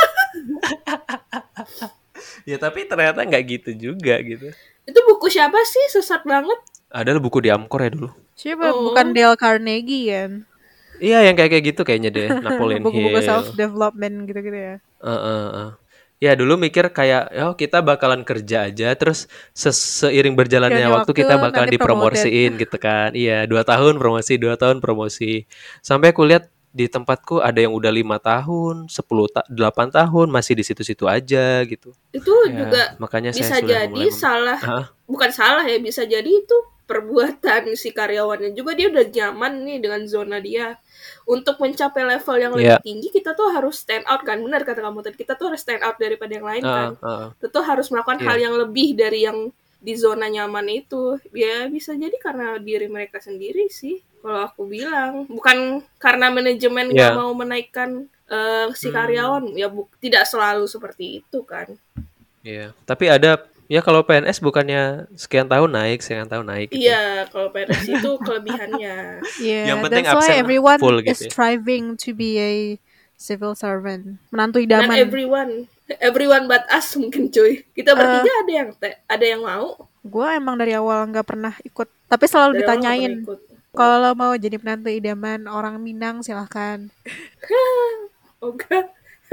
Ya tapi ternyata nggak gitu juga gitu. Itu buku siapa sih, sesat banget? Ada buku di Amcor ya dulu. Siapa? Bukan Dale Carnegie kan? Iya, yang kayak gitu kayaknya deh, Napoleon Hill. Buku-buku self development gitu-gitu ya. Ya dulu mikir kayak, kita bakalan kerja aja, terus seiring berjalannya waktu kita bakalan dipromosiin gitu kan. Iya, 2 tahun promosi, 2 tahun promosi. Sampai aku lihat di tempatku ada yang udah 5 tahun, 8 tahun masih di situ-situ aja gitu. Itu Ya, juga makanya bisa saya sudah jadi mulai salah, bukan salah ya, bisa jadi itu perbuatan si karyawannya juga, dia udah nyaman nih dengan zona dia. Untuk mencapai level yang lebih tinggi, kita tuh harus stand out kan, benar kata kamu tadi, kita tuh harus stand out daripada yang lain kan. Tentu harus melakukan hal yang lebih dari yang di zona nyaman itu. Ya bisa jadi karena diri mereka sendiri sih, kalau aku bilang. Bukan karena manajemen nggak mau menaikkan si karyawan, ya tidak selalu seperti itu kan. Iya, tapi ada ya kalau PNS bukannya sekian tahun naik gitu. Iya, kalau PNS itu kelebihannya. Yeah, yang penting that's why absen everyone full is gitu. striving to be a civil servant, menantu idaman. Not everyone but us mungkin cuy. Kita bertiga ada yang mau. Gue emang dari awal nggak pernah ikut, tapi selalu Dari ditanyain. Kalau lo mau jadi menantu idaman orang Minang silahkan. Oke.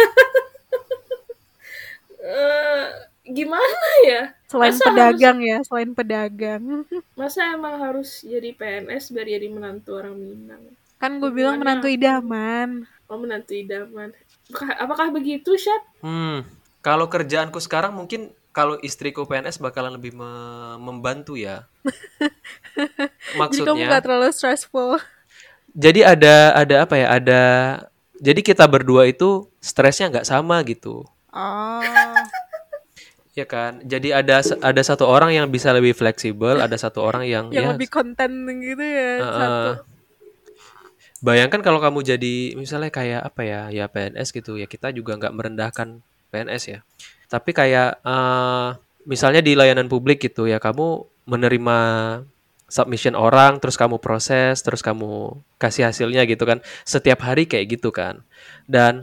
Gimana ya? Selain pedagang. Masa emang harus jadi PNS biar jadi menantu orang Minang? Kan gue bilang menantu idaman. Oh, menantu idaman. Apakah begitu, Syat? Kalau kerjaanku sekarang mungkin kalau istriku PNS bakalan lebih membantu ya. Maksudnya. Jadi kamu gak terlalu stressful. Jadi ada apa ya? Jadi kita berdua itu stresnya nggak sama gitu. Oh. Ya kan. Jadi ada satu orang yang bisa lebih fleksibel, ada satu orang yang lebih konten gitu ya. Satu. Bayangkan kalau kamu jadi misalnya kayak apa ya? Ya PNS gitu ya, kita juga nggak merendahkan PNS ya. Tapi kayak misalnya di layanan publik gitu ya, kamu menerima submission orang, terus kamu proses, terus kamu kasih hasilnya gitu kan. Setiap hari kayak gitu kan. Dan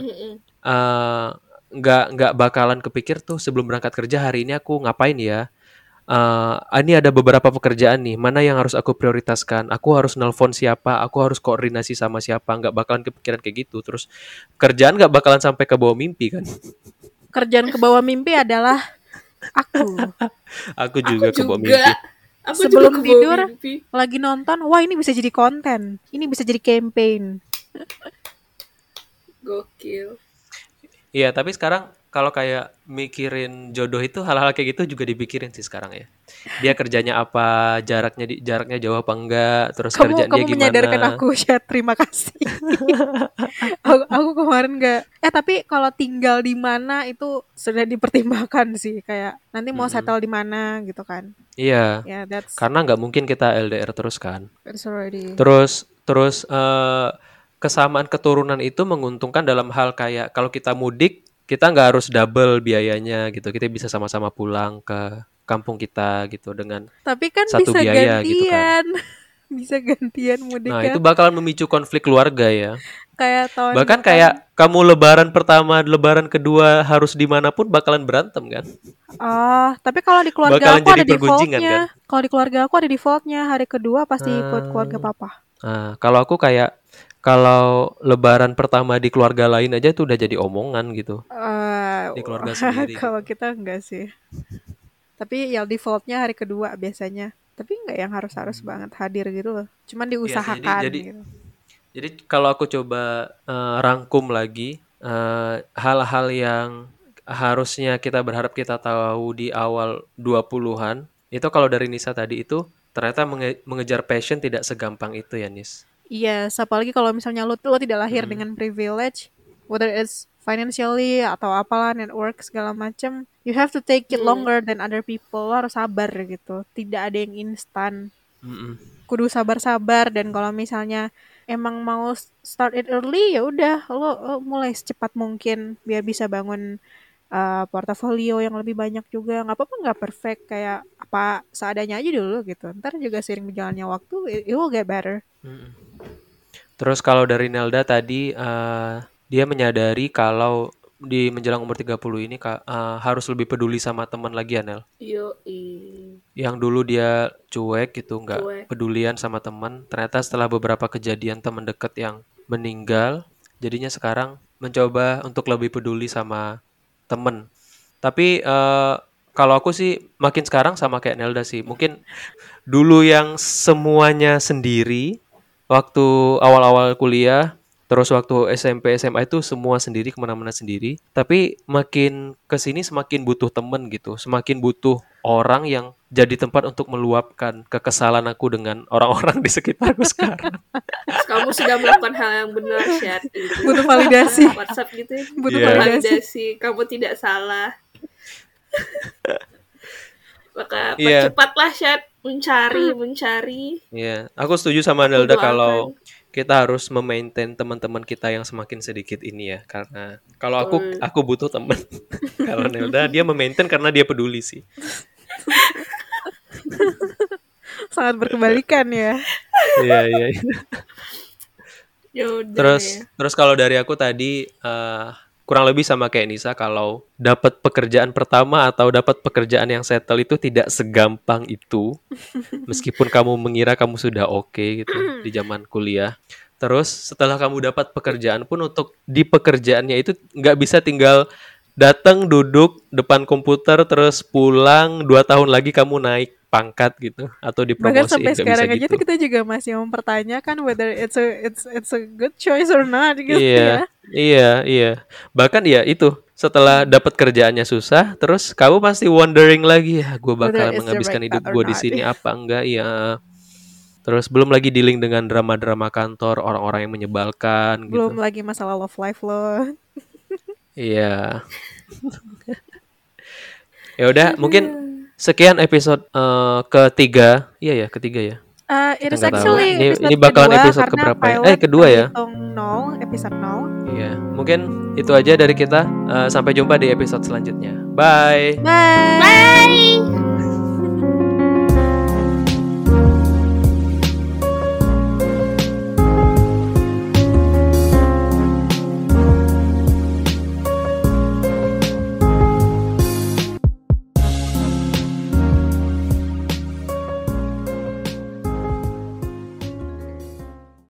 nggak bakalan kepikir tuh sebelum berangkat kerja hari ini aku ngapain ya. Ini ada beberapa pekerjaan nih, mana yang harus aku prioritaskan, aku harus nelpon siapa, aku harus koordinasi sama siapa, nggak bakalan kepikiran kayak gitu. Terus kerjaan nggak bakalan sampai ke bawah mimpi kan. Kerjaan ke bawah mimpi adalah aku juga ke bawah mimpi. Sebelum tidur lagi nonton, wah ini bisa jadi konten, ini bisa jadi campaign. Gokil. Iya, tapi sekarang kalau kayak mikirin jodoh itu hal-hal kayak gitu juga dipikirin sih sekarang ya. Dia kerjanya apa, jaraknya jauh apa enggak, terus kerjaan dia gimana. Kamu menyadarkan aku, Syat, terima kasih. aku kemarin enggak. Tapi kalau tinggal di mana itu sudah dipertimbangkan sih, kayak nanti mau settle di mana gitu kan. Iya. Karena nggak mungkin kita LDR terus kan. Terus kesamaan keturunan itu menguntungkan dalam hal kayak kalau kita mudik, kita nggak harus double biayanya gitu. Kita bisa sama-sama pulang ke kampung kita gitu dengan tapi kan satu bisa biaya gantian. Gitu kan. Bisa gantian mudik. Nah, itu bakalan memicu konflik keluarga ya. Bahkan kayak kamu lebaran pertama, lebaran kedua harus dimanapun bakalan berantem kan. Tapi kalau di keluarga aku ada defaultnya. Kan? Kalau di keluarga aku ada defaultnya, hari kedua pasti ikut keluarga papa. Kalau aku kayak kalau lebaran pertama di keluarga lain aja tuh udah jadi omongan gitu. Di keluarga sendiri. Kalau kita enggak sih. Tapi yang defaultnya hari kedua biasanya. Tapi enggak yang harus banget hadir gitu loh. Cuman diusahakan gitu. Jadi kalau aku coba rangkum lagi hal-hal yang harusnya kita berharap kita tahu di awal 20-an, itu kalau dari Nisa tadi itu ternyata mengejar passion tidak segampang itu ya, Nis. Iya, apalagi kalau misalnya lo tidak lahir dengan privilege, whether it's financially atau apalah, network segala macam, you have to take it longer than other people. Lo harus sabar gitu. Tidak ada yang instan. Kudu sabar-sabar, dan kalau misalnya emang mau start it early, ya udah lo mulai secepat mungkin biar bisa bangun portofolio yang lebih banyak juga. Nggak apa-apa nggak perfect, kayak apa seadanya aja dulu gitu. Ntar juga seiring berjalannya waktu, it will get better. Terus kalau dari Nelda tadi dia menyadari kalau di menjelang umur 30 ini harus lebih peduli sama teman lagi ya, Nel? Yang dulu dia cuek gitu, nggak pedulian sama teman. Ternyata setelah beberapa kejadian teman dekat yang meninggal, jadinya sekarang mencoba untuk lebih peduli sama teman. Tapi kalau aku sih makin sekarang sama kayak Nelda sih. Mungkin dulu yang semuanya sendiri waktu awal-awal kuliah, Terus waktu SMP, SMA itu semua sendiri, kemana-mana sendiri. Tapi makin kesini semakin butuh temen gitu. Semakin butuh orang yang jadi tempat untuk meluapkan kekesalan aku dengan orang-orang di sekitarku sekarang. Kamu sudah melakukan hal yang benar, Syed. Gitu. Butuh validasi. WhatsApp gitu. Butuh validasi. Kamu tidak salah. Maka percepatlah, Syed. Mencari. Iya, aku setuju sama Nelda kalau kita harus memaintain teman-teman kita yang semakin sedikit ini ya, karena kalau aku butuh teman. Kalau Nelda dia memaintain karena dia peduli sih. Sangat berkebalikan ya. Iya. Terus kalau dari aku tadi kurang lebih sama kayak Nisa, kalau dapat pekerjaan pertama atau dapat pekerjaan yang settle itu tidak segampang itu. Meskipun kamu mengira kamu sudah oke gitu di zaman kuliah. Terus setelah kamu dapat pekerjaan pun, untuk di pekerjaannya itu nggak bisa tinggal datang duduk depan komputer terus pulang 2 tahun lagi kamu naik pangkat gitu atau dipromosiin. Bahkan sampai sekarang aja tuh kita juga masih mempertanyakan whether it's a good choice or not gitu ya. Iya. Bahkan ya itu, setelah dapat kerjaannya susah, terus kamu pasti wondering lagi, ya gue bakalan menghabiskan hidup gue di sini apa enggak ya. Terus belum lagi dealing dengan drama-drama kantor, orang-orang yang menyebalkan. Belum gitu. lagi masalah love life lo. Iya. Ya udah, mungkin sekian episode ketiga. Iya ya, ketiga ya. It is actually ini bakalan episode keberapa ya? Kedua ya. Episode 0. Iya, mungkin itu aja dari kita. Sampai jumpa di episode selanjutnya. Bye. Bye.